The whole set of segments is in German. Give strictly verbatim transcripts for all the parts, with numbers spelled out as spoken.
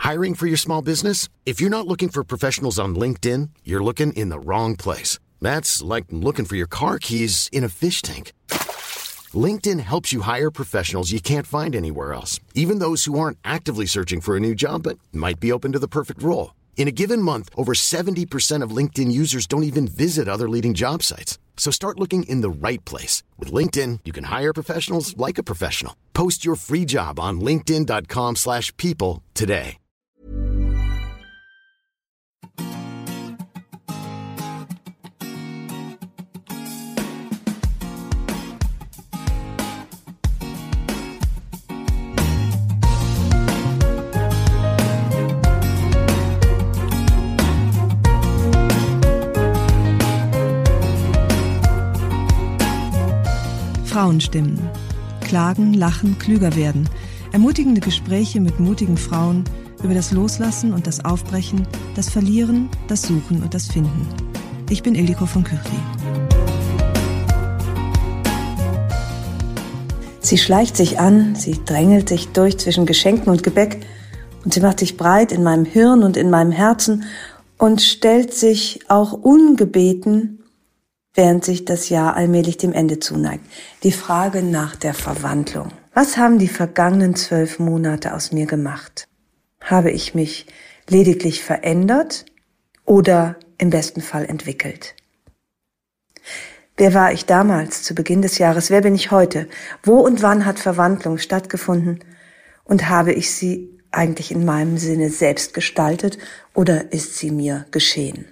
Hiring for your small business? If you're not looking for professionals on LinkedIn, you're looking in the wrong place. That's like looking for your car keys in a fish tank. LinkedIn helps you hire professionals you can't find anywhere else, even those who aren't actively searching for a new job but might be open to the perfect role. In a given month, over seventy percent of LinkedIn users don't even visit other leading job sites. So start looking in the right place. With LinkedIn, you can hire professionals like a professional. Post your free job on linkedin dot com slash people today. Frauenstimmen. Klagen, lachen, klüger werden. Ermutigende Gespräche mit mutigen Frauen über das Loslassen und das Aufbrechen, das Verlieren, das Suchen und das Finden. Ich bin Ildiko von Kürti. Sie schleicht sich an, sie drängelt sich durch zwischen Geschenken und Gebäck und sie macht sich breit in meinem Hirn und in meinem Herzen und stellt sich auch ungebeten, während sich das Jahr allmählich dem Ende zuneigt. Die Frage nach der Verwandlung. Was haben die vergangenen zwölf Monate aus mir gemacht? Habe ich mich lediglich verändert oder im besten Fall entwickelt? Wer war ich damals zu Beginn des Jahres? Wer bin ich heute? Wo und wann hat Verwandlung stattgefunden? Und habe ich sie eigentlich in meinem Sinne selbst gestaltet oder ist sie mir geschehen?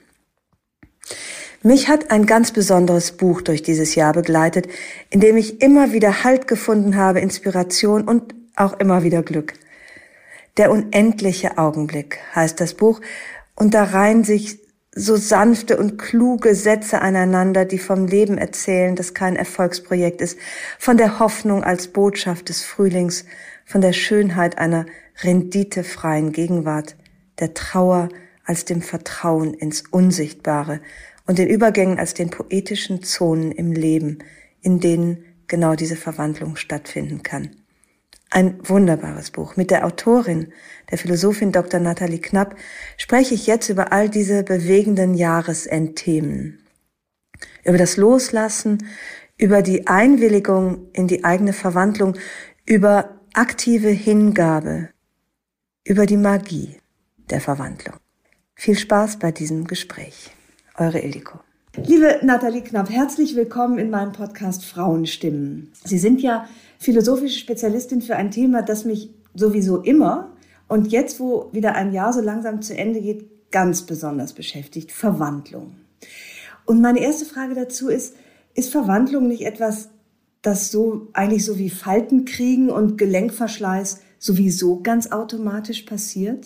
Mich hat ein ganz besonderes Buch durch dieses Jahr begleitet, in dem ich immer wieder Halt gefunden habe, Inspiration und auch immer wieder Glück. Der unendliche Augenblick heißt das Buch und da reihen sich so sanfte und kluge Sätze aneinander, die vom Leben erzählen, das kein Erfolgsprojekt ist, von der Hoffnung als Botschaft des Frühlings, von der Schönheit einer renditefreien Gegenwart, der Trauer als dem Vertrauen ins Unsichtbare und den Übergängen als den poetischen Zonen im Leben, in denen genau diese Verwandlung stattfinden kann. Ein wunderbares Buch. Mit der Autorin, der Philosophin Doktor Nathalie Knapp, spreche ich jetzt über all diese bewegenden Jahresendthemen. Über das Loslassen, über die Einwilligung in die eigene Verwandlung, über aktive Hingabe, über die Magie der Verwandlung. Viel Spaß bei diesem Gespräch. Eure Ildiko. Liebe Nathalie Knapp, herzlich willkommen in meinem Podcast Frauenstimmen. Sie sind ja philosophische Spezialistin für ein Thema, das mich sowieso immer und jetzt, wo wieder ein Jahr so langsam zu Ende geht, ganz besonders beschäftigt: Verwandlung. Und meine erste Frage dazu ist, ist Verwandlung nicht etwas, das so eigentlich so wie Faltenkriegen und Gelenkverschleiß sowieso ganz automatisch passiert?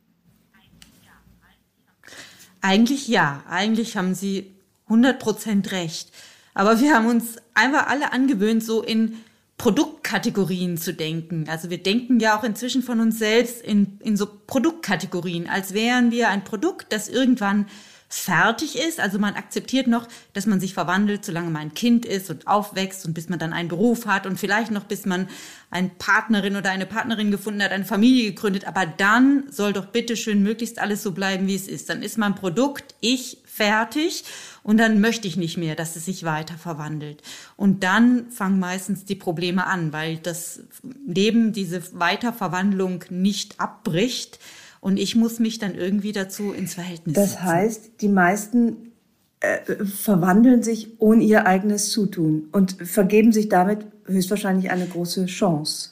Eigentlich ja, eigentlich haben Sie hundert Prozent recht. Aber wir haben uns einfach alle angewöhnt, so in Produktkategorien zu denken. Also wir denken ja auch inzwischen von uns selbst in, in so Produktkategorien, als wären wir ein Produkt, das irgendwann fertig ist. Also man akzeptiert noch, dass man sich verwandelt, solange man ein Kind ist und aufwächst und bis man dann einen Beruf hat und vielleicht noch bis man eine Partnerin oder eine Partnerin gefunden hat, eine Familie gegründet. Aber dann soll doch bitte schön möglichst alles so bleiben, wie es ist. Dann ist mein Produkt, ich, fertig und dann möchte ich nicht mehr, dass es sich weiter verwandelt. Und dann fangen meistens die Probleme an, weil das Leben diese Weiterverwandlung nicht abbricht. Und ich muss mich dann irgendwie dazu ins Verhältnis setzen. Das heißt, die meisten äh, verwandeln sich ohne ihr eigenes Zutun und vergeben sich damit höchstwahrscheinlich eine große Chance.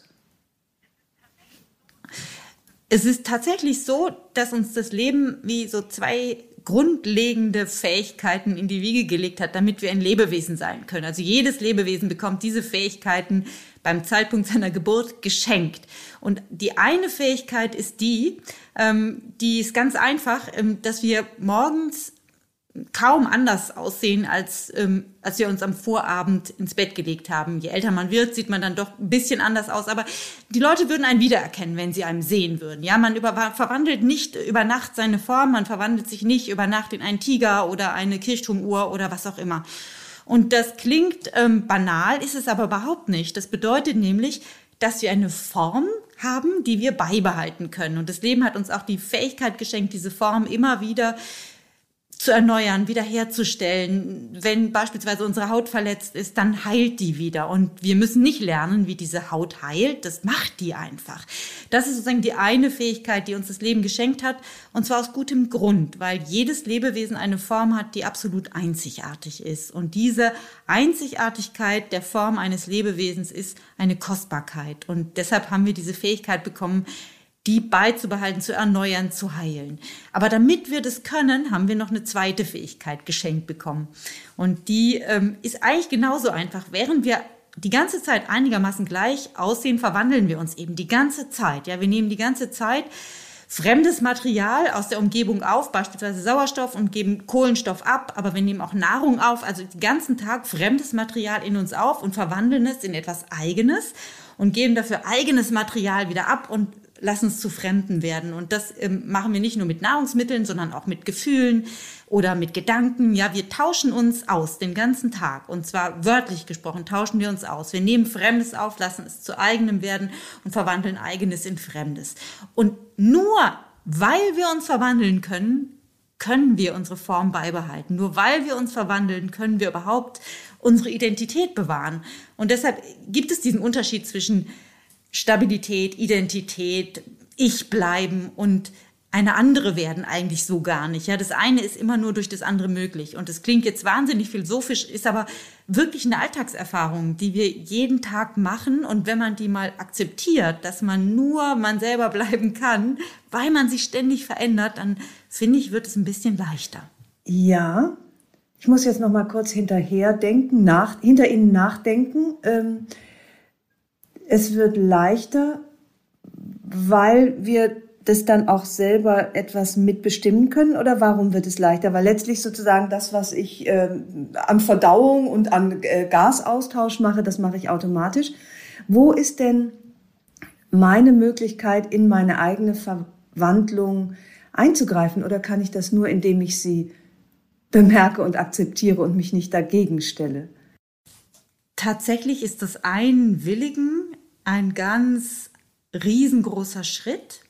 Es ist tatsächlich so, dass uns das Leben wie so zwei grundlegende Fähigkeiten in die Wiege gelegt hat, damit wir ein Lebewesen sein können. Also jedes Lebewesen bekommt diese Fähigkeiten beim Zeitpunkt seiner Geburt geschenkt. Und die eine Fähigkeit ist die, ähm, die ist ganz einfach, ähm, dass wir morgens kaum anders aussehen, als, ähm, als wir uns am Vorabend ins Bett gelegt haben. Je älter man wird, sieht man dann doch ein bisschen anders aus. Aber die Leute würden einen wiedererkennen, wenn sie einen sehen würden. Ja, man über, verwandelt nicht über Nacht seine Form, man verwandelt sich nicht über Nacht in einen Tiger oder eine Kirchturmuhr oder was auch immer. Und das klingt ähm, banal, ist es aber überhaupt nicht. Das bedeutet nämlich, dass wir eine Form haben, die wir beibehalten können. Und das Leben hat uns auch die Fähigkeit geschenkt, diese Form immer wieder zu erneuern, wiederherzustellen. Wenn beispielsweise unsere Haut verletzt ist, dann heilt die wieder. Und wir müssen nicht lernen, wie diese Haut heilt. Das macht die einfach. Das ist sozusagen die eine Fähigkeit, die uns das Leben geschenkt hat. Und zwar aus gutem Grund, weil jedes Lebewesen eine Form hat, die absolut einzigartig ist. Und diese Einzigartigkeit der Form eines Lebewesens ist eine Kostbarkeit. Und deshalb haben wir diese Fähigkeit bekommen, die beizubehalten, zu erneuern, zu heilen. Aber damit wir das können, haben wir noch eine zweite Fähigkeit geschenkt bekommen. Und die ähm, ist eigentlich genauso einfach. Während wir die ganze Zeit einigermaßen gleich aussehen, verwandeln wir uns eben die ganze Zeit. Ja, wir nehmen die ganze Zeit fremdes Material aus der Umgebung auf, beispielsweise Sauerstoff, und geben Kohlenstoff ab, aber wir nehmen auch Nahrung auf, also den ganzen Tag fremdes Material in uns auf und verwandeln es in etwas Eigenes und geben dafür eigenes Material wieder ab und lassen es zu Fremden werden. Und das ähm, machen wir nicht nur mit Nahrungsmitteln, sondern auch mit Gefühlen oder mit Gedanken. Ja, wir tauschen uns aus den ganzen Tag. Und zwar wörtlich gesprochen tauschen wir uns aus. Wir nehmen Fremdes auf, lassen es zu Eigenem werden und verwandeln Eigenes in Fremdes. Und nur weil wir uns verwandeln können, können wir unsere Form beibehalten. Nur weil wir uns verwandeln, können wir überhaupt unsere Identität bewahren. Und deshalb gibt es diesen Unterschied zwischen Stabilität, Identität, Ich bleiben und eine andere werden eigentlich so gar nicht. Ja, das eine ist immer nur durch das andere möglich. Und das klingt jetzt wahnsinnig philosophisch, ist aber wirklich eine Alltagserfahrung, die wir jeden Tag machen. Und wenn man die mal akzeptiert, dass man nur man selber bleiben kann, weil man sich ständig verändert, dann finde ich, wird es ein bisschen leichter. Ja, ich muss jetzt noch mal kurz hinterher denken, nach, hinter Ihnen nachdenken. Ähm, Es wird leichter, weil wir das dann auch selber etwas mitbestimmen können, oder warum wird es leichter? Weil letztlich sozusagen das, was ich äh, an Verdauung und an äh, Gasaustausch mache, das mache ich automatisch. Wo ist denn meine Möglichkeit, in meine eigene Verwandlung einzugreifen? Oder kann ich das nur, indem ich sie bemerke und akzeptiere und mich nicht dagegen stelle? Tatsächlich ist das Einwilligen ein ganz riesengroßer Schritt.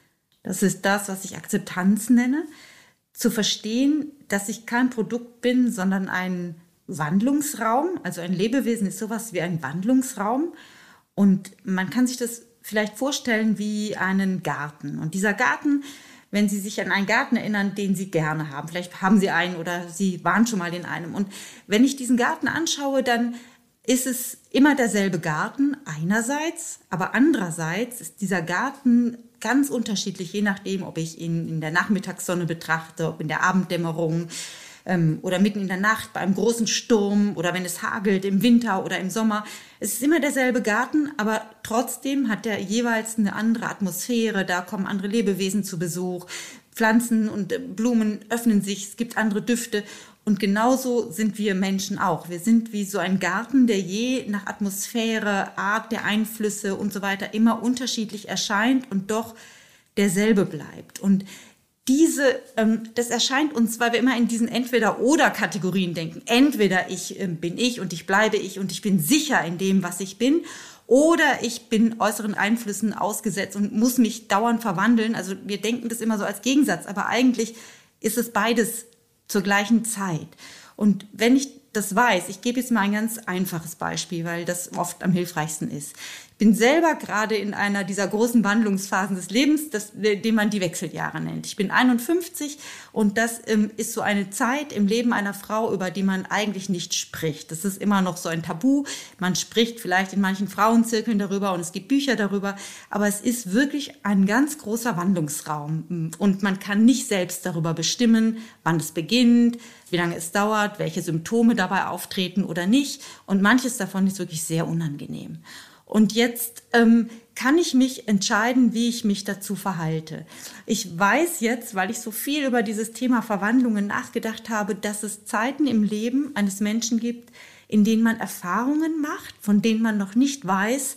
Das ist das, was ich Akzeptanz nenne. Zu verstehen, dass ich kein Produkt bin, sondern ein Wandlungsraum. Also ein Lebewesen ist sowas wie ein Wandlungsraum. Und man kann sich das vielleicht vorstellen wie einen Garten. Und dieser Garten, wenn Sie sich an einen Garten erinnern, den Sie gerne haben, vielleicht haben Sie einen oder Sie waren schon mal in einem. Und wenn ich diesen Garten anschaue, dann ist es immer derselbe Garten einerseits, aber andererseits ist dieser Garten ganz unterschiedlich, je nachdem, ob ich ihn in der Nachmittagssonne betrachte, ob in der Abenddämmerung ähm, oder mitten in der Nacht bei einem großen Sturm oder wenn es hagelt im Winter oder im Sommer. Es ist immer derselbe Garten, aber trotzdem hat er jeweils eine andere Atmosphäre, da kommen andere Lebewesen zu Besuch, Pflanzen und Blumen öffnen sich, es gibt andere Düfte. Und genauso sind wir Menschen auch. Wir sind wie so ein Garten, der je nach Atmosphäre, Art der Einflüsse und so weiter immer unterschiedlich erscheint und doch derselbe bleibt. Und diese, ähm, das erscheint uns, weil wir immer in diesen Entweder-oder-Kategorien denken. Entweder ich äh, bin ich und ich bleibe ich und ich bin sicher in dem, was ich bin, oder ich bin äußeren Einflüssen ausgesetzt und muss mich dauernd verwandeln. Also wir denken das immer so als Gegensatz, aber eigentlich ist es beides zur gleichen Zeit. Und wenn ich das weiß, ich gebe jetzt mal ein ganz einfaches Beispiel, weil das oft am hilfreichsten ist. Ich bin selber gerade in einer dieser großen Wandlungsphasen des Lebens, das, den man die Wechseljahre nennt. Ich bin einundfünfzig und das ähm, ist so eine Zeit im Leben einer Frau, über die man eigentlich nicht spricht. Das ist immer noch so ein Tabu. Man spricht vielleicht in manchen Frauenzirkeln darüber und es gibt Bücher darüber, aber es ist wirklich ein ganz großer Wandlungsraum und man kann nicht selbst darüber bestimmen, wann es beginnt, wie lange es dauert, welche Symptome dabei auftreten oder nicht. Und manches davon ist wirklich sehr unangenehm. Und jetzt ähm, kann ich mich entscheiden, wie ich mich dazu verhalte. Ich weiß jetzt, weil ich so viel über dieses Thema Verwandlungen nachgedacht habe, dass es Zeiten im Leben eines Menschen gibt, in denen man Erfahrungen macht, von denen man noch nicht weiß,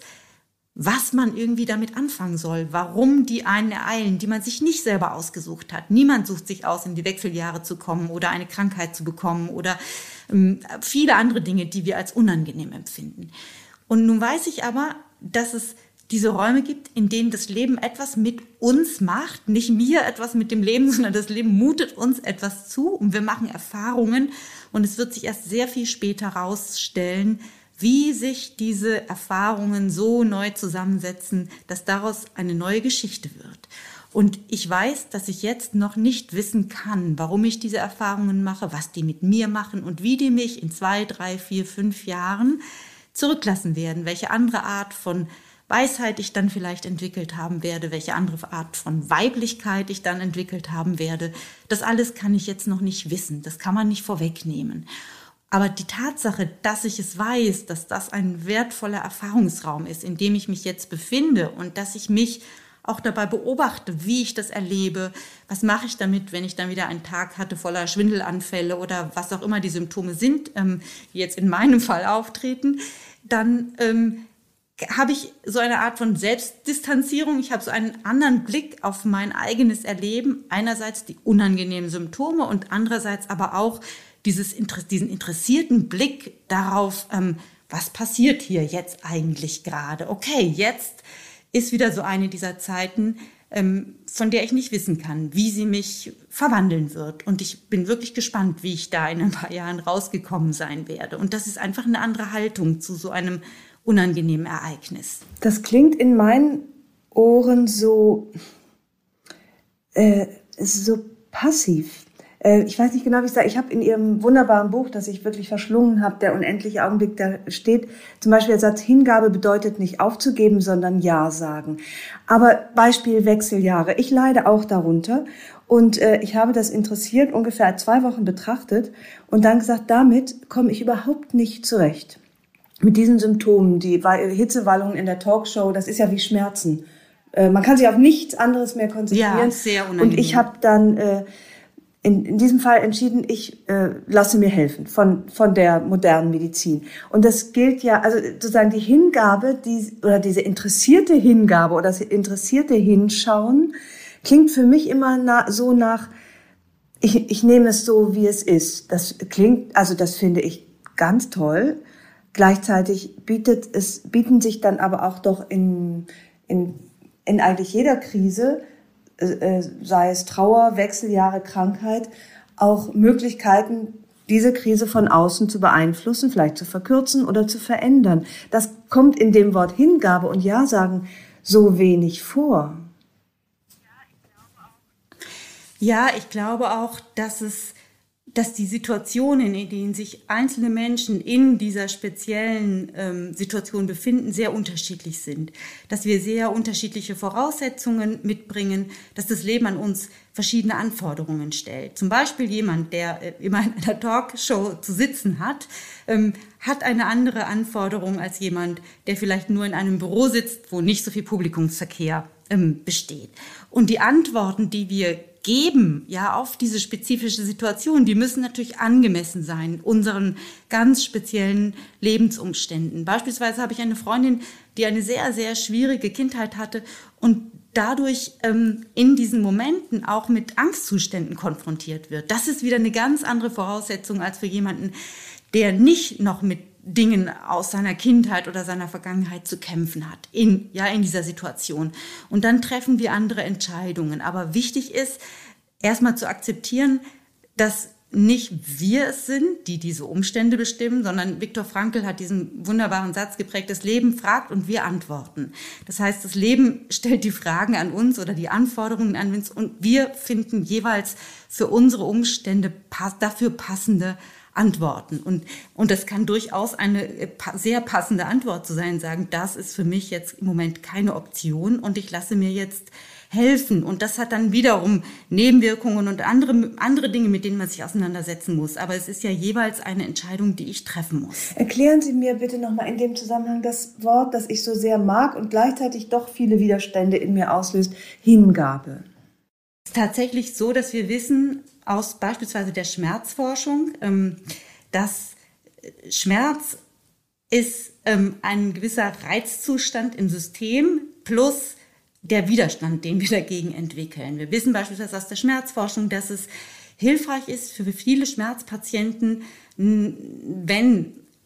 was man irgendwie damit anfangen soll, warum die einen ereilen, die man sich nicht selber ausgesucht hat. Niemand sucht sich aus, in die Wechseljahre zu kommen oder eine Krankheit zu bekommen oder ähm, viele andere Dinge, die wir als unangenehm empfinden. Und nun weiß ich aber, dass es diese Räume gibt, in denen das Leben etwas mit uns macht, nicht mir etwas mit dem Leben, sondern das Leben mutet uns etwas zu und wir machen Erfahrungen und es wird sich erst sehr viel später rausstellen, wie sich diese Erfahrungen so neu zusammensetzen, dass daraus eine neue Geschichte wird. Und ich weiß, dass ich jetzt noch nicht wissen kann, warum ich diese Erfahrungen mache, was die mit mir machen und wie die mich in zwei, drei, vier, fünf Jahren zurücklassen werden, welche andere Art von Weisheit ich dann vielleicht entwickelt haben werde, welche andere Art von Weiblichkeit ich dann entwickelt haben werde. Das alles kann ich jetzt noch nicht wissen, das kann man nicht vorwegnehmen. Aber die Tatsache, dass ich es weiß, dass das ein wertvoller Erfahrungsraum ist, in dem ich mich jetzt befinde und dass ich mich auch dabei beobachte, wie ich das erlebe, was mache ich damit, wenn ich dann wieder einen Tag hatte voller Schwindelanfälle oder was auch immer die Symptome sind, ähm, die jetzt in meinem Fall auftreten, dann ähm, habe ich so eine Art von Selbstdistanzierung. Ich habe so einen anderen Blick auf mein eigenes Erleben. Einerseits die unangenehmen Symptome und andererseits aber auch dieses, diesen interessierten Blick darauf, ähm, was passiert hier jetzt eigentlich gerade. Okay, jetzt ist wieder so eine dieser Zeiten, ähm, von der ich nicht wissen kann, wie sie mich verwandeln wird. Und ich bin wirklich gespannt, wie ich da in ein paar Jahren rausgekommen sein werde. Und das ist einfach eine andere Haltung zu so einem unangenehmen Ereignis. Das klingt in meinen Ohren so, äh, so passiv. Äh, ich weiß nicht genau, wie ich sage. Ich habe in Ihrem wunderbaren Buch, das ich wirklich verschlungen habe, Der unendliche Augenblick, da steht zum Beispiel der Satz, Hingabe bedeutet nicht aufzugeben, sondern Ja sagen. Aber Beispiel Wechseljahre. Ich leide auch darunter. Und äh, ich habe das interessiert ungefähr zwei Wochen betrachtet und dann gesagt, damit komme ich überhaupt nicht zurecht. Mit diesen Symptomen, die Hitzewallungen in der Talkshow, das ist ja wie Schmerzen. Äh, man kann sich auf nichts anderes mehr konzentrieren. Ja, sehr unangenehm. Und ich habe dann äh, in, in diesem Fall entschieden, ich äh, lasse mir helfen von von der modernen Medizin. Und das gilt ja, also sozusagen die Hingabe, die oder diese interessierte Hingabe oder das interessierte Hinschauen klingt für mich immer na, so nach, ich, ich nehme es so, wie es ist. Das klingt, also das finde ich ganz toll. Gleichzeitig bietet es, bieten sich dann aber auch doch in, in, in eigentlich jeder Krise, äh, sei es Trauer, Wechseljahre, Krankheit, auch Möglichkeiten, diese Krise von außen zu beeinflussen, vielleicht zu verkürzen oder zu verändern. Das kommt in dem Wort Hingabe und Ja sagen so wenig vor. Ja, ich glaube auch, dass es dass die Situationen, in denen sich einzelne Menschen in dieser speziellen ähm, Situation befinden, sehr unterschiedlich sind. Dass wir sehr unterschiedliche Voraussetzungen mitbringen, dass das Leben an uns verschiedene Anforderungen stellt. Zum Beispiel jemand, der äh, immer in einer Talkshow zu sitzen hat, ähm, hat eine andere Anforderung als jemand, der vielleicht nur in einem Büro sitzt, wo nicht so viel Publikumsverkehr ähm, besteht. Und die Antworten, die wir geben, ja, auf diese spezifische Situation, die müssen natürlich angemessen sein, unseren ganz speziellen Lebensumständen. Beispielsweise habe ich eine Freundin, die eine sehr, sehr schwierige Kindheit hatte und dadurch ähm, in diesen Momenten auch mit Angstzuständen konfrontiert wird. Das ist wieder eine ganz andere Voraussetzung als für jemanden, der nicht noch mit Dingen aus seiner Kindheit oder seiner Vergangenheit zu kämpfen hat, in, ja, in dieser Situation. Und dann treffen wir andere Entscheidungen. Aber wichtig ist, erstmal zu akzeptieren, dass nicht wir es sind, die diese Umstände bestimmen, sondern Viktor Frankl hat diesen wunderbaren Satz geprägt, das Leben fragt und wir antworten. Das heißt, das Leben stellt die Fragen an uns oder die Anforderungen an uns und wir finden jeweils für unsere Umstände dafür passende Antworten. Und, und das kann durchaus eine sehr passende Antwort zu sein, sagen, das ist für mich jetzt im Moment keine Option und ich lasse mir jetzt helfen. Und das hat dann wiederum Nebenwirkungen und andere, andere Dinge, mit denen man sich auseinandersetzen muss. Aber es ist ja jeweils eine Entscheidung, die ich treffen muss. Erklären Sie mir bitte nochmal in dem Zusammenhang das Wort, das ich so sehr mag und gleichzeitig doch viele Widerstände in mir auslöst, Hingabe. Es ist tatsächlich so, dass wir wissen, aus beispielsweise der Schmerzforschung, ähm, dass Schmerz ist ähm, ein gewisser Reizzustand im System plus der Widerstand, den wir dagegen entwickeln. Wir wissen beispielsweise aus der Schmerzforschung, dass es hilfreich ist für viele Schmerzpatienten, wenn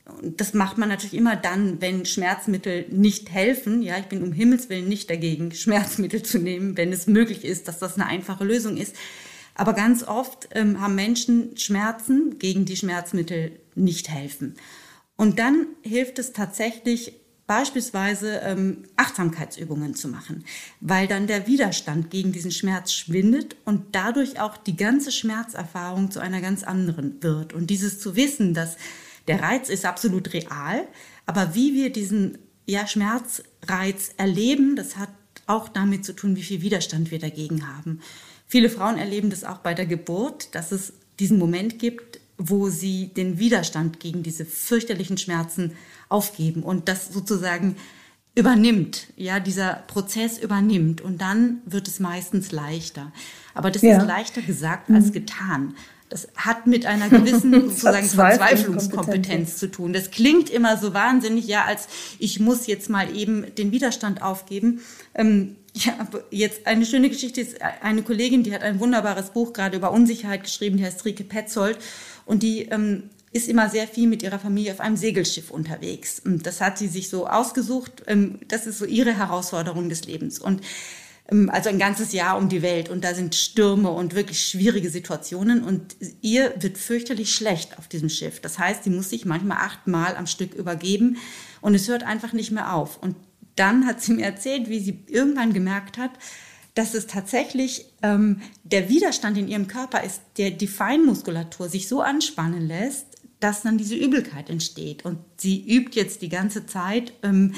das macht man natürlich immer dann, wenn Schmerzmittel nicht helfen. Ja, ich bin um Himmels Willen nicht dagegen, Schmerzmittel zu nehmen, wenn es möglich ist, dass das eine einfache Lösung ist. Aber ganz oft ähm, haben Menschen Schmerzen, gegen die Schmerzmittel nicht helfen. Und dann hilft es tatsächlich, beispielsweise ähm, Achtsamkeitsübungen zu machen, weil dann der Widerstand gegen diesen Schmerz schwindet und dadurch auch die ganze Schmerzerfahrung zu einer ganz anderen wird. Und dieses zu wissen, dass der Reiz ist absolut real, aber wie wir diesen ja, Schmerzreiz erleben, das hat auch damit zu tun, wie viel Widerstand wir dagegen haben. Viele Frauen erleben das auch bei der Geburt, dass es diesen Moment gibt, wo sie den Widerstand gegen diese fürchterlichen Schmerzen aufgeben und das sozusagen übernimmt, ja, dieser Prozess übernimmt und dann wird es meistens leichter. Aber das ja. ist leichter gesagt als getan. Das hat mit einer gewissen sozusagen Verzweiflungskompetenz zu tun. Das klingt immer so wahnsinnig, ja, als ich muss jetzt mal eben den Widerstand aufgeben. Ähm, ja, jetzt eine schöne Geschichte ist eine Kollegin, die hat ein wunderbares Buch gerade über Unsicherheit geschrieben, die heißt Rike Petzold und die ähm, ist immer sehr viel mit ihrer Familie auf einem Segelschiff unterwegs. Und das hat sie sich so ausgesucht. Ähm, das ist so ihre Herausforderung des Lebens. Und also ein ganzes Jahr um die Welt und da sind Stürme und wirklich schwierige Situationen und ihr wird fürchterlich schlecht auf diesem Schiff. Das heißt, sie muss sich manchmal achtmal am Stück übergeben und es hört einfach nicht mehr auf. Und dann hat sie mir erzählt, wie sie irgendwann gemerkt hat, dass es tatsächlich ähm, der Widerstand in ihrem Körper ist, der die Feinmuskulatur sich so anspannen lässt, dass dann diese Übelkeit entsteht. Und sie übt jetzt die ganze Zeit, ähm,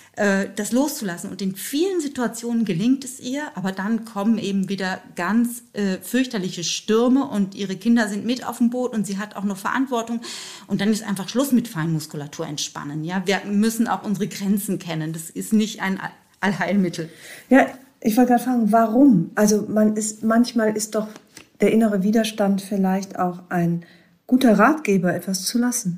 das loszulassen. Und in vielen Situationen gelingt es ihr, aber dann kommen eben wieder ganz äh, fürchterliche Stürme und ihre Kinder sind mit auf dem Boot und sie hat auch noch Verantwortung und dann ist einfach Schluss mit Feinmuskulatur entspannen. Ja? Wir müssen auch unsere Grenzen kennen. Das ist nicht ein Allheilmittel. Ja, ich wollte gerade fragen, warum? Also man ist, manchmal ist doch der innere Widerstand vielleicht auch ein guter Ratgeber, etwas zu lassen.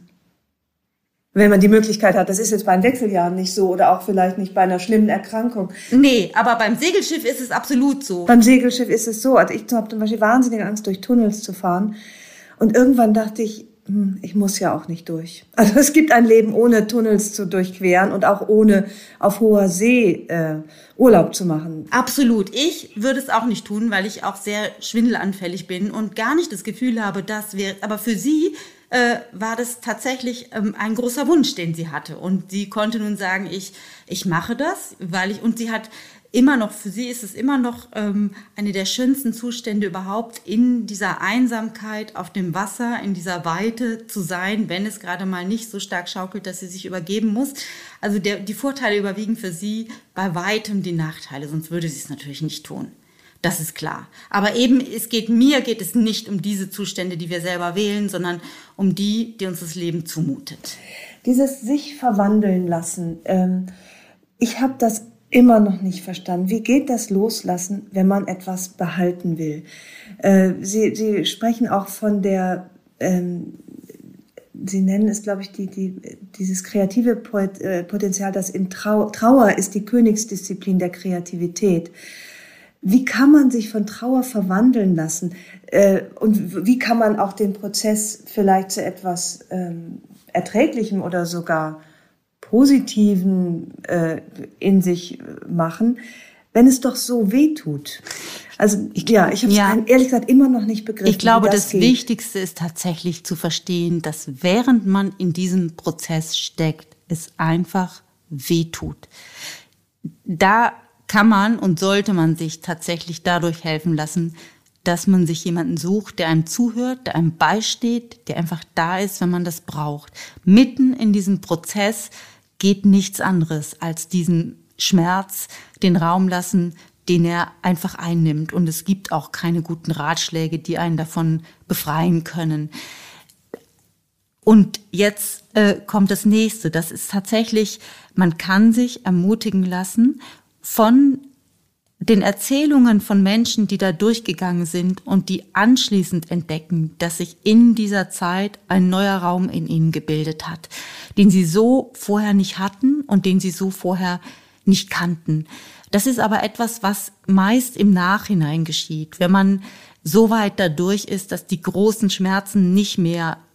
Wenn man die Möglichkeit hat, das ist jetzt bei den Wechseljahren nicht so oder auch vielleicht nicht bei einer schlimmen Erkrankung. Nee, aber beim Segelschiff ist es absolut so. Beim Segelschiff ist es so. Also ich habe zum Beispiel wahnsinnige Angst, durch Tunnels zu fahren. Und irgendwann dachte ich, hm, ich muss ja auch nicht durch. Also es gibt ein Leben ohne Tunnels zu durchqueren und auch ohne auf hoher See äh, Urlaub zu machen. Absolut. Ich würde es auch nicht tun, weil ich auch sehr schwindelanfällig bin und gar nicht das Gefühl habe, das wäre, aber für sie Äh, war das tatsächlich ähm, ein großer Wunsch, den sie hatte. Und sie konnte nun sagen, ich, ich mache das, weil ich, und sie hat immer noch, für sie ist es immer noch ähm, eine der schönsten Zustände überhaupt, in dieser Einsamkeit auf dem Wasser, in dieser Weite zu sein, wenn es gerade mal nicht so stark schaukelt, dass sie sich übergeben muss. Also der, die Vorteile überwiegen für sie bei weitem die Nachteile, sonst würde sie es natürlich nicht tun. Das ist klar. Aber eben, es geht mir geht es nicht um diese Zustände, die wir selber wählen, sondern um die, die uns das Leben zumutet. Dieses sich verwandeln lassen, ähm, ich habe das immer noch nicht verstanden. Wie geht das Loslassen, wenn man etwas behalten will? Äh, Sie, Sie sprechen auch von der, ähm, Sie nennen es, glaube ich, die, die, dieses kreative Potenzial, das in Trau- Trauer ist die Königsdisziplin der Kreativität. Wie kann man sich von Trauer verwandeln lassen? Äh, und wie kann man auch den Prozess vielleicht zu etwas ähm, Erträglichem oder sogar Positiven äh, in sich machen, wenn es doch so weh tut? Also ich, ja, ich habe es ja. ehrlich gesagt immer noch nicht begriffen. Ich glaube, das, das geht. Wichtigste ist tatsächlich zu verstehen, dass während man in diesem Prozess steckt, es einfach weh tut. Da kann man und sollte man sich tatsächlich dadurch helfen lassen, dass man sich jemanden sucht, der einem zuhört, der einem beisteht, der einfach da ist, wenn man das braucht. Mitten in diesem Prozess geht nichts anderes als diesen Schmerz, den Raum lassen, den er einfach einnimmt. Und es gibt auch keine guten Ratschläge, die einen davon befreien können. Und jetzt äh, kommt das Nächste. Das ist tatsächlich, man kann sich ermutigen lassen von den Erzählungen von Menschen, die da durchgegangen sind und die anschließend entdecken, dass sich in dieser Zeit ein neuer Raum in ihnen gebildet hat, den sie so vorher nicht hatten und den sie so vorher nicht kannten. Das ist aber etwas, was meist im Nachhinein geschieht, wenn man so weit dadurch ist, dass die großen Schmerzen nicht mehr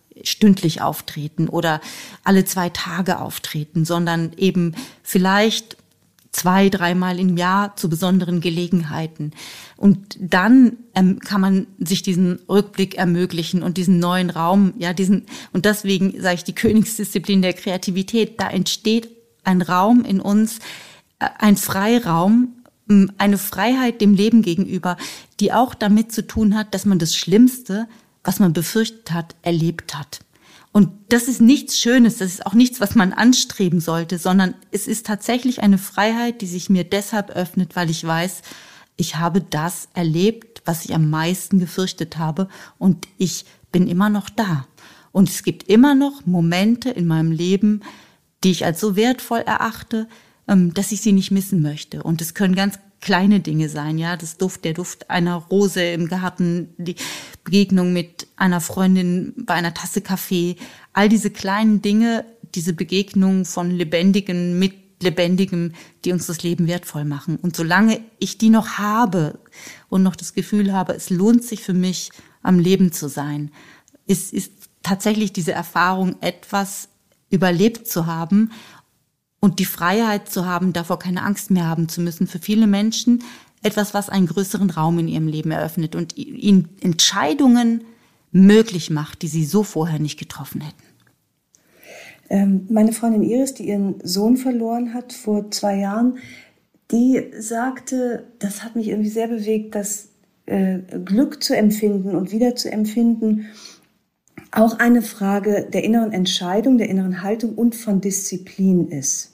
stündlich auftreten oder alle zwei Tage auftreten, sondern eben vielleicht zwei, dreimal im Jahr zu besonderen Gelegenheiten. Und dann ähm, kann man sich diesen Rückblick ermöglichen und diesen neuen Raum, ja, diesen, und deswegen sage ich die Königsdisziplin der Kreativität, da entsteht ein Raum in uns, äh, ein Freiraum, äh, eine Freiheit dem Leben gegenüber, die auch damit zu tun hat, dass man das Schlimmste, was man befürchtet hat, erlebt hat. Und das ist nichts Schönes, das ist auch nichts, was man anstreben sollte, sondern es ist tatsächlich eine Freiheit, die sich mir deshalb öffnet, weil ich weiß, ich habe das erlebt, was ich am meisten gefürchtet habe und ich bin immer noch da. Und es gibt immer noch Momente in meinem Leben, die ich als so wertvoll erachte, dass ich sie nicht missen möchte. Und es können ganz kleine Dinge sein, ja, das Duft, der Duft einer Rose im Garten, die Begegnung mit einer Freundin bei einer Tasse Kaffee, all diese kleinen Dinge, diese Begegnung von Lebendigem mit Lebendigem, die uns das Leben wertvoll machen. Und solange ich die noch habe und noch das Gefühl habe, es lohnt sich für mich, am Leben zu sein, ist, ist tatsächlich diese Erfahrung, etwas überlebt zu haben und die Freiheit zu haben, davor keine Angst mehr haben zu müssen. Für viele Menschen etwas, was einen größeren Raum in ihrem Leben eröffnet und ihnen Entscheidungen möglich macht, die sie so vorher nicht getroffen hätten. Ähm, meine Freundin Iris, die ihren Sohn verloren hat vor zwei Jahren, die sagte, das hat mich irgendwie sehr bewegt, dass äh, Glück zu empfinden und wieder zu empfinden auch eine Frage der inneren Entscheidung, der inneren Haltung und von Disziplin ist.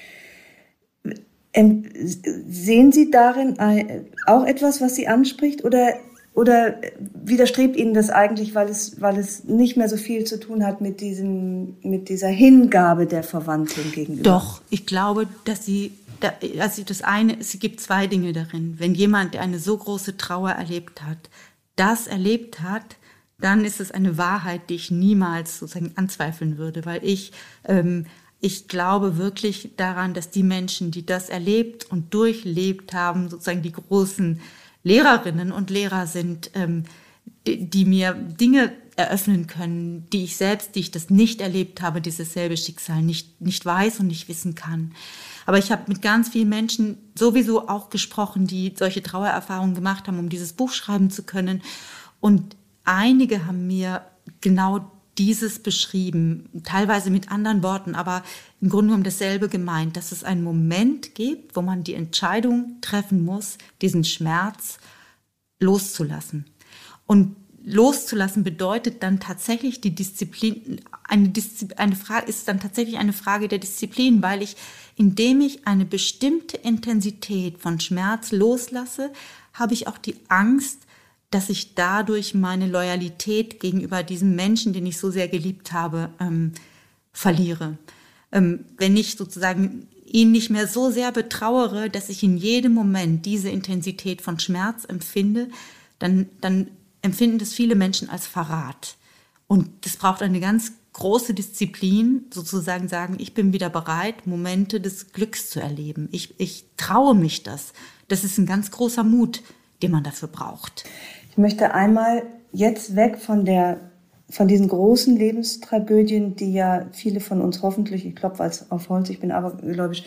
Ähm, sehen Sie darin auch etwas, was Sie anspricht, oder, oder widerstrebt Ihnen das eigentlich, weil es, weil es nicht mehr so viel zu tun hat mit diesem, mit dieser Hingabe der Verwandlung gegenüber? Doch, ich glaube, dass sie, also das eine, es gibt zwei Dinge darin. Wenn jemand, der eine so große Trauer erlebt hat, das erlebt hat, dann ist es eine Wahrheit, die ich niemals sozusagen anzweifeln würde, weil ich, ähm, ich glaube wirklich daran, dass die Menschen, die das erlebt und durchlebt haben, sozusagen die großen Lehrerinnen und Lehrer sind, ähm, die, die mir Dinge eröffnen können, die ich selbst, die ich das nicht erlebt habe, dieses selbe Schicksal nicht, nicht weiß und nicht wissen kann. Aber ich habe mit ganz vielen Menschen sowieso auch gesprochen, die solche Trauererfahrungen gemacht haben, um dieses Buch schreiben zu können. Und einige haben mir genau dieses beschrieben, teilweise mit anderen Worten, aber im Grunde genommen dasselbe gemeint, dass es einen Moment gibt, wo man die Entscheidung treffen muss, diesen Schmerz loszulassen. Und loszulassen bedeutet dann tatsächlich die Disziplin, eine, Disziplin, eine Frage, ist dann tatsächlich eine Frage der Disziplin, weil ich, indem ich eine bestimmte Intensität von Schmerz loslasse, habe ich auch die Angst, dass ich dadurch meine Loyalität gegenüber diesem Menschen, den ich so sehr geliebt habe, ähm, verliere. Ähm, wenn ich sozusagen ihn nicht mehr so sehr betrauere, dass ich in jedem Moment diese Intensität von Schmerz empfinde, dann, dann empfinden das viele Menschen als Verrat. Und das braucht eine ganz große Disziplin, sozusagen sagen, ich bin wieder bereit, Momente des Glücks zu erleben. Ich, ich traue mich das. Das ist ein ganz großer Mut, den man dafür braucht. Ich möchte einmal jetzt weg von der, von diesen großen Lebenstragödien, die ja viele von uns hoffentlich, ich klopfe als auf Holz, ich bin abergläubisch,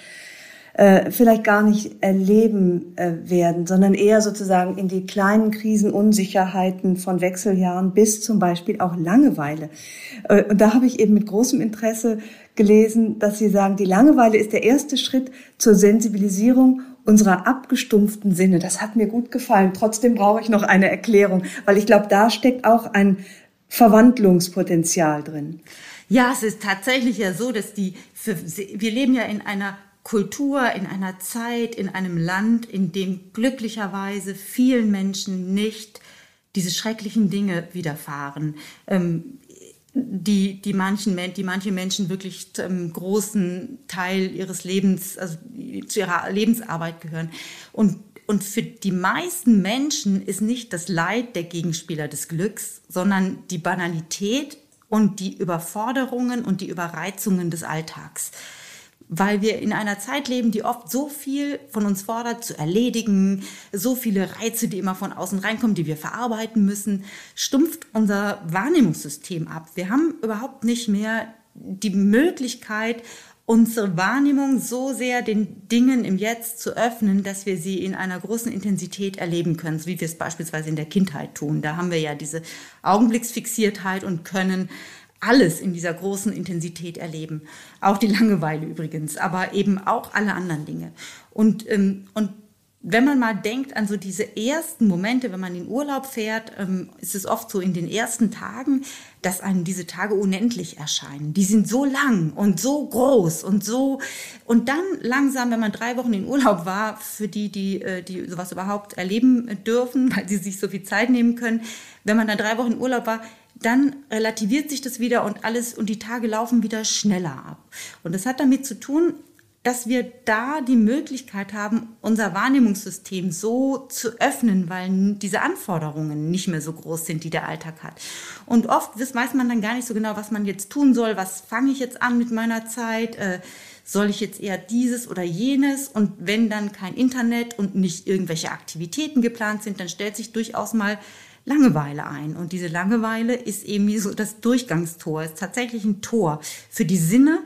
äh, vielleicht gar nicht erleben äh, werden, sondern eher sozusagen in die kleinen Krisen, Unsicherheiten von Wechseljahren bis zum Beispiel auch Langeweile. Äh, und da habe ich eben mit großem Interesse gelesen, dass Sie sagen, die Langeweile ist der erste Schritt zur Sensibilisierung unserer abgestumpften Sinne. Das hat mir gut gefallen. Trotzdem brauche ich noch eine Erklärung, weil ich glaube, da steckt auch ein Verwandlungspotenzial drin. Ja, es ist tatsächlich ja so, dass die, für, wir leben ja in einer Kultur, in einer Zeit, in einem Land, in dem glücklicherweise vielen Menschen nicht diese schrecklichen Dinge widerfahren. Ähm, die, die, manchen, die manche Menschen wirklich zum großen Teil ihres Lebens, also zu ihrer Lebensarbeit gehören. Und, und für die meisten Menschen ist nicht das Leid der Gegenspieler des Glücks, sondern die Banalität und die Überforderungen und die Überreizungen des Alltags. weil wir in einer Zeit leben, die oft so viel von uns fordert, zu erledigen, so viele Reize, die immer von außen reinkommen, die wir verarbeiten müssen, stumpft unser Wahrnehmungssystem ab. Wir haben überhaupt nicht mehr die Möglichkeit, unsere Wahrnehmung so sehr den Dingen im Jetzt zu öffnen, dass wir sie in einer großen Intensität erleben können, so wie wir es beispielsweise in der Kindheit tun. Da haben wir ja diese Augenblicksfixiertheit und können alles in dieser großen Intensität erleben. Auch die Langeweile übrigens, aber eben auch alle anderen Dinge. Und, ähm, und wenn man mal denkt an so diese ersten Momente, wenn man in Urlaub fährt, ähm, ist es oft so in den ersten Tagen, dass einem diese Tage unendlich erscheinen. Die sind so lang und so groß und so. Und dann langsam, wenn man drei Wochen in Urlaub war, für die, die, die sowas überhaupt erleben dürfen, weil sie sich so viel Zeit nehmen können, wenn man dann drei Wochen in Urlaub war, dann relativiert sich das wieder und alles und die Tage laufen wieder schneller ab. Und das hat damit zu tun, dass wir da die Möglichkeit haben, unser Wahrnehmungssystem so zu öffnen, weil diese Anforderungen nicht mehr so groß sind, die der Alltag hat. Und oft weiß man dann gar nicht so genau, was man jetzt tun soll. Was fange ich jetzt an mit meiner Zeit? Äh, soll ich jetzt eher dieses oder jenes? Und wenn dann kein Internet und nicht irgendwelche Aktivitäten geplant sind, dann stellt sich durchaus mal Langeweile ein. Und diese Langeweile ist eben wie so das Durchgangstor, ist tatsächlich ein Tor für die Sinne,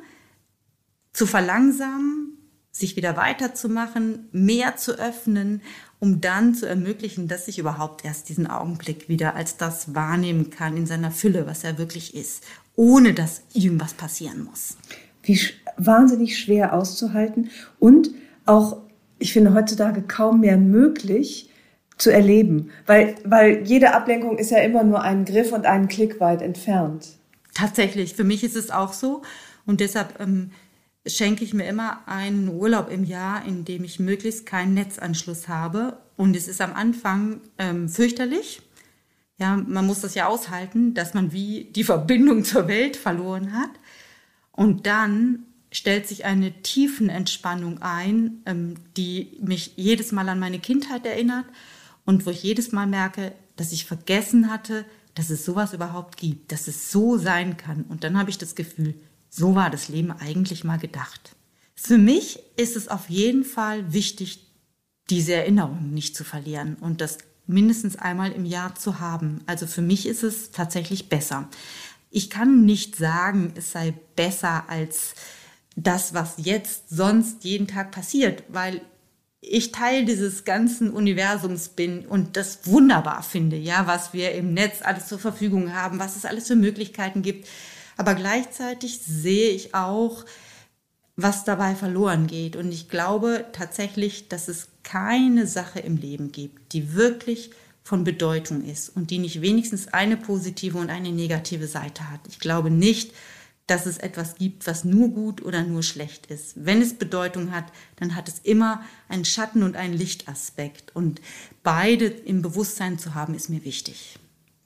zu verlangsamen, sich wieder weiterzumachen, mehr zu öffnen, um dann zu ermöglichen, dass ich überhaupt erst diesen Augenblick wieder als das wahrnehmen kann in seiner Fülle, was er wirklich ist, ohne dass irgendwas passieren muss. Wie sch- wahnsinnig schwer auszuhalten und auch, ich finde, heutzutage kaum mehr möglich zu erleben, weil, weil jede Ablenkung ist ja immer nur einen Griff und einen Klick weit entfernt. Tatsächlich, für mich ist es auch so und deshalb ähm, schenke ich mir immer einen Urlaub im Jahr, in dem ich möglichst keinen Netzanschluss habe. Und es ist am Anfang ähm, fürchterlich. Ja, man muss das ja aushalten, dass man wie die Verbindung zur Welt verloren hat. Und dann stellt sich eine Tiefenentspannung ein, ähm, die mich jedes Mal an meine Kindheit erinnert und wo ich jedes Mal merke, dass ich vergessen hatte, dass es sowas überhaupt gibt, dass es so sein kann. Und dann habe ich das Gefühl, so war das Leben eigentlich mal gedacht. Für mich ist es auf jeden Fall wichtig, diese Erinnerung nicht zu verlieren und das mindestens einmal im Jahr zu haben. Also für mich ist es tatsächlich besser. Ich kann nicht sagen, es sei besser als das, was jetzt sonst jeden Tag passiert, weil ich Teil dieses ganzen Universums bin und das wunderbar finde, ja, was wir im Netz alles zur Verfügung haben, was es alles für Möglichkeiten gibt. Aber gleichzeitig sehe ich auch, was dabei verloren geht. Und ich glaube tatsächlich, dass es keine Sache im Leben gibt, die wirklich von Bedeutung ist und die nicht wenigstens eine positive und eine negative Seite hat. Ich glaube nicht, dass es etwas gibt, was nur gut oder nur schlecht ist. Wenn es Bedeutung hat, dann hat es immer einen Schatten- und einen Lichtaspekt. Und beide im Bewusstsein zu haben, ist mir wichtig.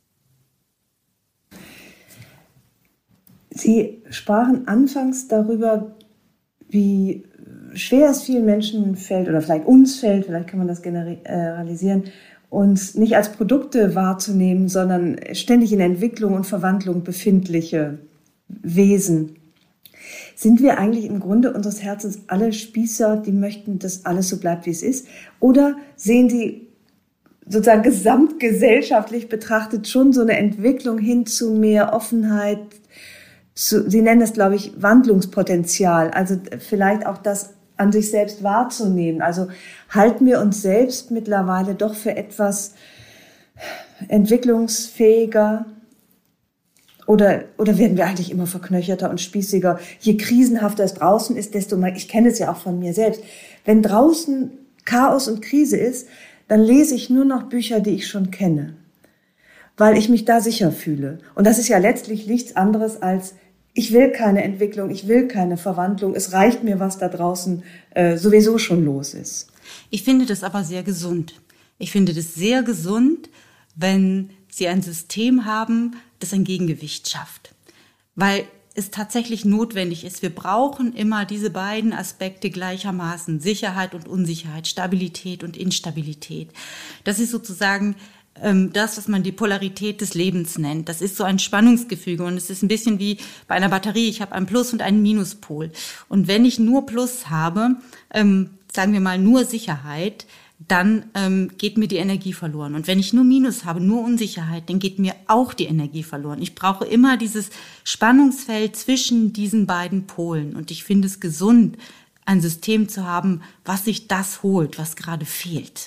Sie sprachen anfangs darüber, wie schwer es vielen Menschen fällt, oder vielleicht uns fällt, vielleicht kann man das generalisieren, uns nicht als Produkte wahrzunehmen, sondern ständig in Entwicklung und Verwandlung befindliche Wesen. Sind wir eigentlich im Grunde unseres Herzens alle Spießer, die möchten, dass alles so bleibt, wie es ist? Oder sehen Sie sozusagen gesamtgesellschaftlich betrachtet schon so eine Entwicklung hin zu mehr Offenheit, zu, Sie nennen das, glaube ich, Wandlungspotenzial, also vielleicht auch das an sich selbst wahrzunehmen. Also halten wir uns selbst mittlerweile doch für etwas entwicklungsfähiger oder, oder werden wir eigentlich immer verknöcherter und spießiger? Je krisenhafter es draußen ist, desto mehr, ich kenne es ja auch von mir selbst, wenn draußen Chaos und Krise ist, dann lese ich nur noch Bücher, die ich schon kenne, weil ich mich da sicher fühle. Und das ist ja letztlich nichts anderes als, ich will keine Entwicklung, ich will keine Verwandlung, es reicht mir, was da draußen äh, sowieso schon los ist. Ich finde das aber sehr gesund. Ich finde das sehr gesund, wenn Sie ein System haben, das ein Gegengewicht schafft. Weil es tatsächlich notwendig ist. Wir brauchen immer diese beiden Aspekte gleichermaßen, Sicherheit und Unsicherheit, Stabilität und Instabilität. Das ist sozusagen das, was man die Polarität des Lebens nennt. Das ist so ein Spannungsgefüge und es ist ein bisschen wie bei einer Batterie. Ich habe einen Plus- und einen Minuspol. Und wenn ich nur Plus habe, ähm, sagen wir mal nur Sicherheit, dann ähm, geht mir die Energie verloren. Und wenn ich nur Minus habe, nur Unsicherheit, dann geht mir auch die Energie verloren. Ich brauche immer dieses Spannungsfeld zwischen diesen beiden Polen. Und ich finde es gesund, ein System zu haben, was sich das holt, was gerade fehlt.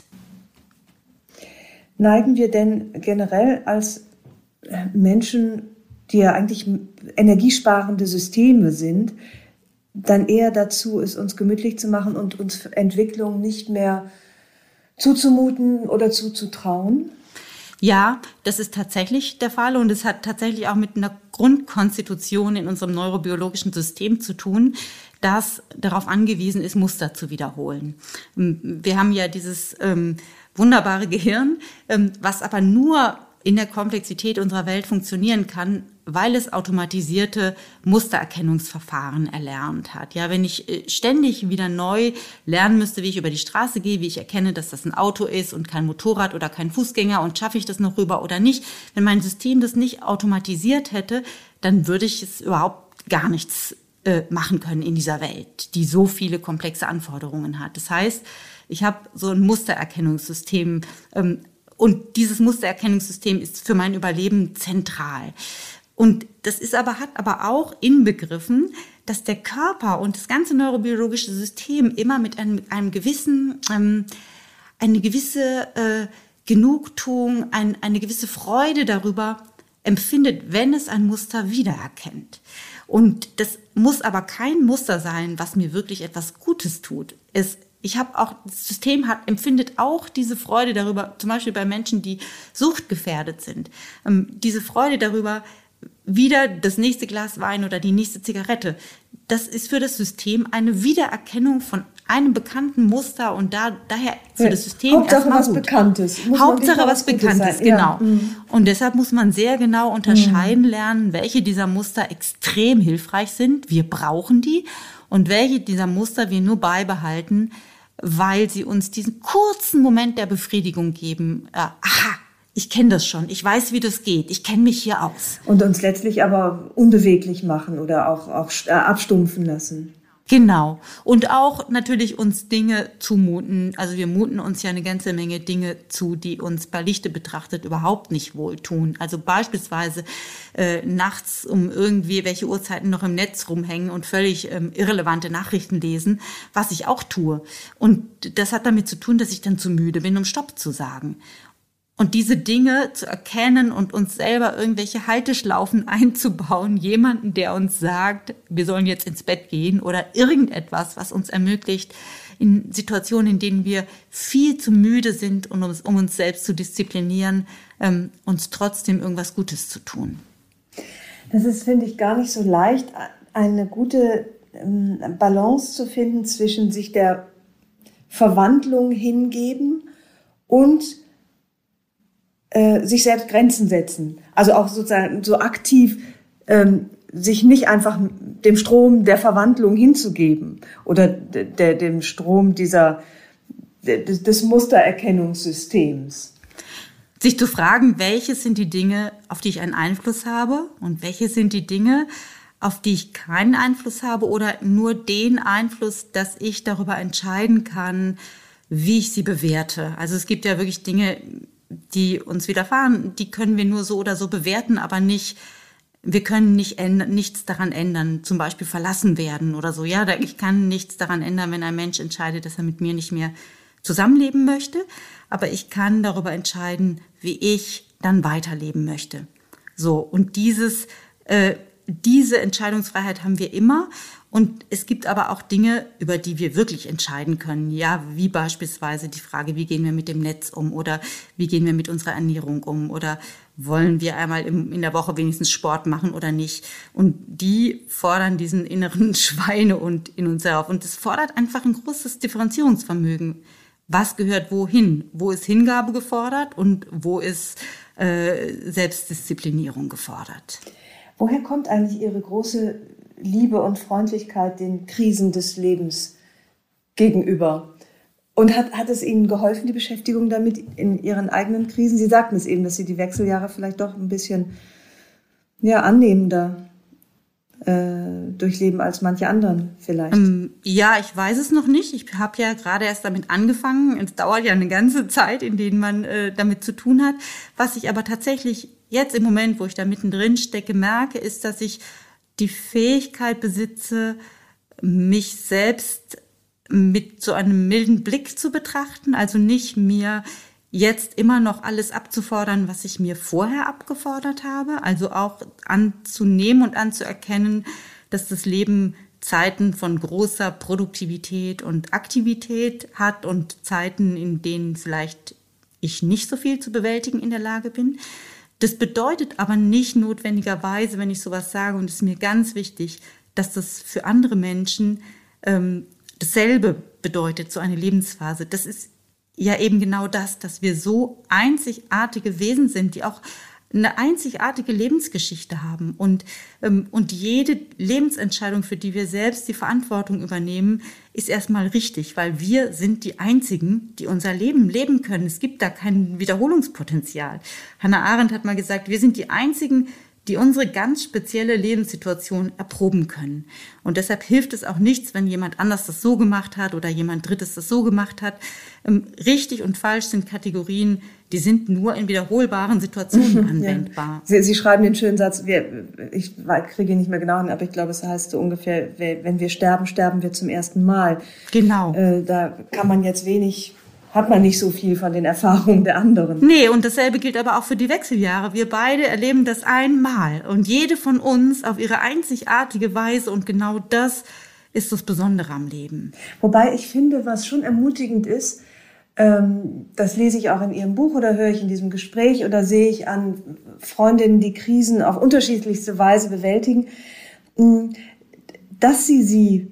Neigen wir denn generell als Menschen, die ja eigentlich energiesparende Systeme sind, dann eher dazu, es uns gemütlich zu machen und uns Entwicklung nicht mehr zuzumuten oder zuzutrauen? Ja, das ist tatsächlich der Fall und es hat tatsächlich auch mit einer Grundkonstitution in unserem neurobiologischen System zu tun, das darauf angewiesen ist, Muster zu wiederholen. Wir haben ja dieses ähm, wunderbare Gehirn, ähm, was aber nur in der Komplexität unserer Welt funktionieren kann, weil es automatisierte Mustererkennungsverfahren erlernt hat. Ja, wenn ich äh, ständig wieder neu lernen müsste, wie ich über die Straße gehe, wie ich erkenne, dass das ein Auto ist und kein Motorrad oder kein Fußgänger und schaffe ich das noch rüber oder nicht, wenn mein System das nicht automatisiert hätte, dann würde ich es überhaupt gar nichts äh, machen können in dieser Welt, die so viele komplexe Anforderungen hat. Das heißt, ich habe so ein Mustererkennungssystem ähm, und dieses Mustererkennungssystem ist für mein Überleben zentral. Und das ist aber, hat aber auch inbegriffen, dass der Körper und das ganze neurobiologische System immer mit einem, mit einem gewissen, ähm, eine gewisse äh, Genugtuung, ein, eine gewisse Freude darüber empfindet, wenn es ein Muster wiedererkennt. Und das muss aber kein Muster sein, was mir wirklich etwas Gutes tut. Es Ich habe auch, das System hat, empfindet auch diese Freude darüber, zum Beispiel bei Menschen, die suchtgefährdet sind, ähm, diese Freude darüber, wieder das nächste Glas Wein oder die nächste Zigarette. Das ist für das System eine Wiedererkennung von einem bekannten Muster und da, daher für ja, das System Hauptsache erstmal was gut. Bekanntes. Muss Hauptsache was Bekanntes, genau. Ja. Mhm. Und deshalb muss man sehr genau unterscheiden lernen, welche dieser Muster extrem hilfreich sind. Wir brauchen die. Und welche dieser Muster wir nur beibehalten, weil sie uns diesen kurzen Moment der Befriedigung geben. Äh, aha, ich kenne das schon, ich weiß, wie das geht, ich kenne mich hier aus. Und uns letztlich aber unbeweglich machen oder auch, auch abstumpfen lassen. Genau. Und auch natürlich uns Dinge zumuten. Also wir muten uns ja eine ganze Menge Dinge zu, die uns bei Lichte betrachtet überhaupt nicht wohltun. Also beispielsweise äh, nachts um irgendwie welche Uhrzeiten noch im Netz rumhängen und völlig ähm, irrelevante Nachrichten lesen, was ich auch tue. Und das hat damit zu tun, dass ich dann zu müde bin, um Stopp zu sagen. Und diese Dinge zu erkennen und uns selber irgendwelche Halteschlaufen einzubauen, jemanden, der uns sagt, wir sollen jetzt ins Bett gehen oder irgendetwas, was uns ermöglicht, in Situationen, in denen wir viel zu müde sind, um uns, um uns selbst zu disziplinieren, ähm, uns trotzdem irgendwas Gutes zu tun. Das ist, finde ich, gar nicht so leicht, eine gute ähm, Balance zu finden zwischen sich der Verwandlung hingeben und sich selbst Grenzen setzen. Also auch sozusagen so aktiv ähm, sich nicht einfach dem Strom der Verwandlung hinzugeben oder de, de, dem Strom dieser de, des Mustererkennungssystems. Sich zu fragen, welche sind die Dinge, auf die ich einen Einfluss habe und welche sind die Dinge, auf die ich keinen Einfluss habe oder nur den Einfluss, dass ich darüber entscheiden kann, wie ich sie bewerte. Also es gibt ja wirklich Dinge, die uns widerfahren, die können wir nur so oder so bewerten, aber nicht, wir können nicht ändern, nichts daran ändern, zum Beispiel verlassen werden oder so. Ja, ich kann nichts daran ändern, wenn ein Mensch entscheidet, dass er mit mir nicht mehr zusammenleben möchte, aber ich kann darüber entscheiden, wie ich dann weiterleben möchte. So, und dieses, äh, diese Entscheidungsfreiheit haben wir immer. Und es gibt aber auch Dinge, über die wir wirklich entscheiden können. Ja, wie beispielsweise die Frage, wie gehen wir mit dem Netz um oder wie gehen wir mit unserer Ernährung um oder wollen wir einmal im, in der Woche wenigstens Sport machen oder nicht. Und die fordern diesen inneren Schweinehund in uns herauf. Und es fordert einfach ein großes Differenzierungsvermögen. Was gehört wohin? Wo ist Hingabe gefordert und wo ist äh, Selbstdisziplinierung gefordert? Woher kommt eigentlich Ihre große Liebe und Freundlichkeit den Krisen des Lebens gegenüber? Und hat, hat es Ihnen geholfen, die Beschäftigung damit in Ihren eigenen Krisen? Sie sagten es eben, dass Sie die Wechseljahre vielleicht doch ein bisschen ja, annehmender äh, durchleben als manche anderen vielleicht. Ähm, ja, ich weiß es noch nicht. Ich habe ja gerade erst damit angefangen. Es dauert ja eine ganze Zeit, in der man äh, damit zu tun hat. Was ich aber tatsächlich jetzt im Moment, wo ich da mittendrin stecke, merke, ist, dass ich die Fähigkeit besitze, mich selbst mit so einem milden Blick zu betrachten. Also nicht mir jetzt immer noch alles abzufordern, was ich mir vorher abgefordert habe. Also auch anzunehmen und anzuerkennen, dass das Leben Zeiten von großer Produktivität und Aktivität hat und Zeiten, in denen vielleicht ich nicht so viel zu bewältigen in der Lage bin. Das bedeutet aber nicht notwendigerweise, wenn ich sowas sage, und es ist mir ganz wichtig, dass das für andere Menschen ähm, dasselbe bedeutet, so eine Lebensphase. Das ist ja eben genau das, dass wir so einzigartige Wesen sind, die auch eine einzigartige Lebensgeschichte haben. Und, ähm, und jede Lebensentscheidung, für die wir selbst die Verantwortung übernehmen, ist erstmal richtig, weil wir sind die Einzigen, die unser Leben leben können. Es gibt da kein Wiederholungspotenzial. Hannah Arendt hat mal gesagt, wir sind die Einzigen, die unsere ganz spezielle Lebenssituation erproben können. Und deshalb hilft es auch nichts, wenn jemand anders das so gemacht hat oder jemand Drittes das so gemacht hat. Ähm, richtig und falsch sind Kategorien, die sind nur in wiederholbaren Situationen anwendbar. Ja. Sie, Sie schreiben den schönen Satz, wir, ich kriege ihn nicht mehr genau hin, aber ich glaube, es heißt so ungefähr, wenn wir sterben, sterben wir zum ersten Mal. Genau. Äh, da kann man jetzt wenig... hat man nicht so viel von den Erfahrungen der anderen. Nee, und dasselbe gilt aber auch für die Wechseljahre. Wir beide erleben das einmal und jede von uns auf ihre einzigartige Weise, und genau das ist das Besondere am Leben. Wobei ich finde, was schon ermutigend ist, ähm, das lese ich auch in Ihrem Buch oder höre ich in diesem Gespräch oder sehe ich an Freundinnen, die Krisen auf unterschiedlichste Weise bewältigen, dass sie sie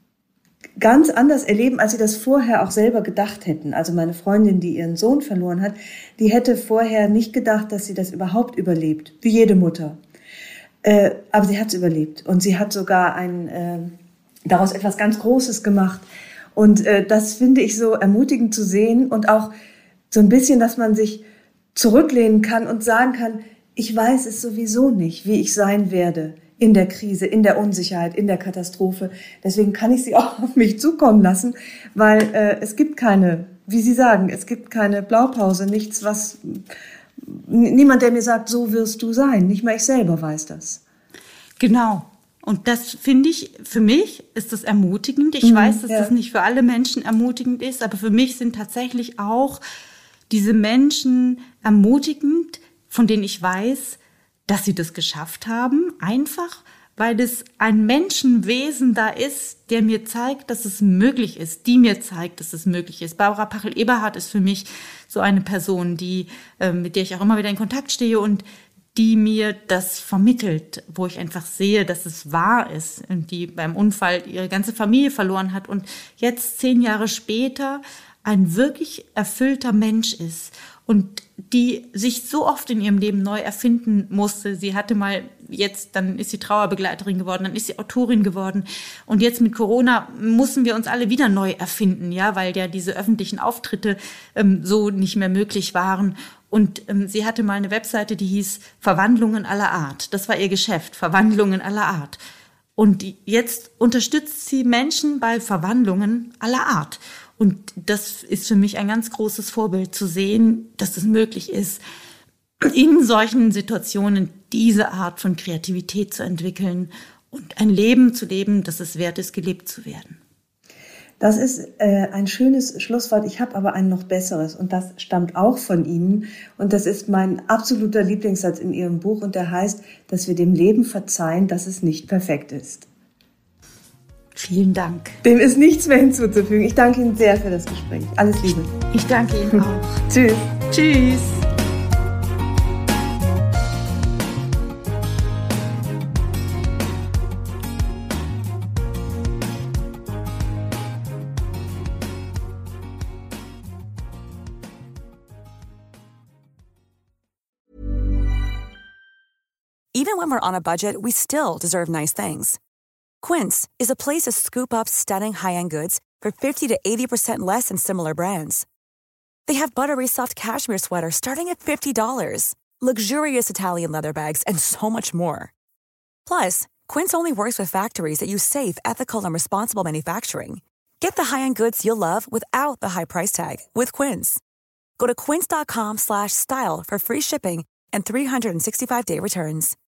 ganz anders erleben, als sie das vorher auch selber gedacht hätten. Also meine Freundin, die ihren Sohn verloren hat, die hätte vorher nicht gedacht, dass sie das überhaupt überlebt, wie jede Mutter. Äh, aber sie hat es überlebt und sie hat sogar ein, äh, daraus etwas ganz Großes gemacht. Und äh, das finde ich so ermutigend zu sehen und auch so ein bisschen, dass man sich zurücklehnen kann und sagen kann, ich weiß es sowieso nicht, wie ich sein werde in der Krise, in der Unsicherheit, in der Katastrophe. Deswegen kann ich sie auch auf mich zukommen lassen, weil äh, es gibt keine, wie Sie sagen, es gibt keine Blaupause, nichts, was, n- niemand, der mir sagt, so wirst du sein. Nicht mal ich selber weiß das. Genau. Und das finde ich, für mich ist das ermutigend. Ich mhm, weiß, dass ja. das nicht für alle Menschen ermutigend ist, aber für mich sind tatsächlich auch diese Menschen ermutigend, von denen ich weiß, dass sie das geschafft haben, einfach weil es ein Menschenwesen da ist, der mir zeigt, dass es möglich ist, die mir zeigt, dass es möglich ist. Barbara Pachel-Eberhardt ist für mich so eine Person, die, äh, mit der ich auch immer wieder in Kontakt stehe und die mir das vermittelt, wo ich einfach sehe, dass es wahr ist, und die beim Unfall ihre ganze Familie verloren hat und jetzt zehn Jahre später ein wirklich erfüllter Mensch ist. Und die sich so oft in ihrem Leben neu erfinden musste. Sie hatte mal jetzt, dann ist sie Trauerbegleiterin geworden, dann ist sie Autorin geworden. Und jetzt mit Corona mussten wir uns alle wieder neu erfinden, ja, weil ja diese öffentlichen Auftritte ähm, so nicht mehr möglich waren. Und ähm, sie hatte mal eine Webseite, die hieß Verwandlungen aller Art. Das war ihr Geschäft, Verwandlungen aller Art. Und die, jetzt unterstützt sie Menschen bei Verwandlungen aller Art. Und das ist für mich ein ganz großes Vorbild, zu sehen, dass es möglich ist, in solchen Situationen diese Art von Kreativität zu entwickeln und ein Leben zu leben, das es wert ist, gelebt zu werden. Das ist äh, ein schönes Schlusswort. Ich habe aber ein noch besseres und das stammt auch von Ihnen. Und das ist mein absoluter Lieblingssatz in Ihrem Buch und der heißt, dass wir dem Leben verzeihen, dass es nicht perfekt ist. Vielen Dank. Dem ist nichts mehr hinzuzufügen. Ich danke Ihnen sehr für das Gespräch. Alles Liebe. Ich danke Ihnen auch. Tschüss. Tschüss. Even when we're on a budget, we still deserve nice things. Quince is a place to scoop up stunning high-end goods for fifty to eighty percent less than similar brands. They have buttery soft cashmere sweaters starting at fifty dollars, luxurious Italian leather bags, and so much more. Plus, Quince only works with factories that use safe, ethical, and responsible manufacturing. Get the high-end goods you'll love without the high price tag with Quince. Go to quince.com slash style for free shipping and three sixty-five day returns.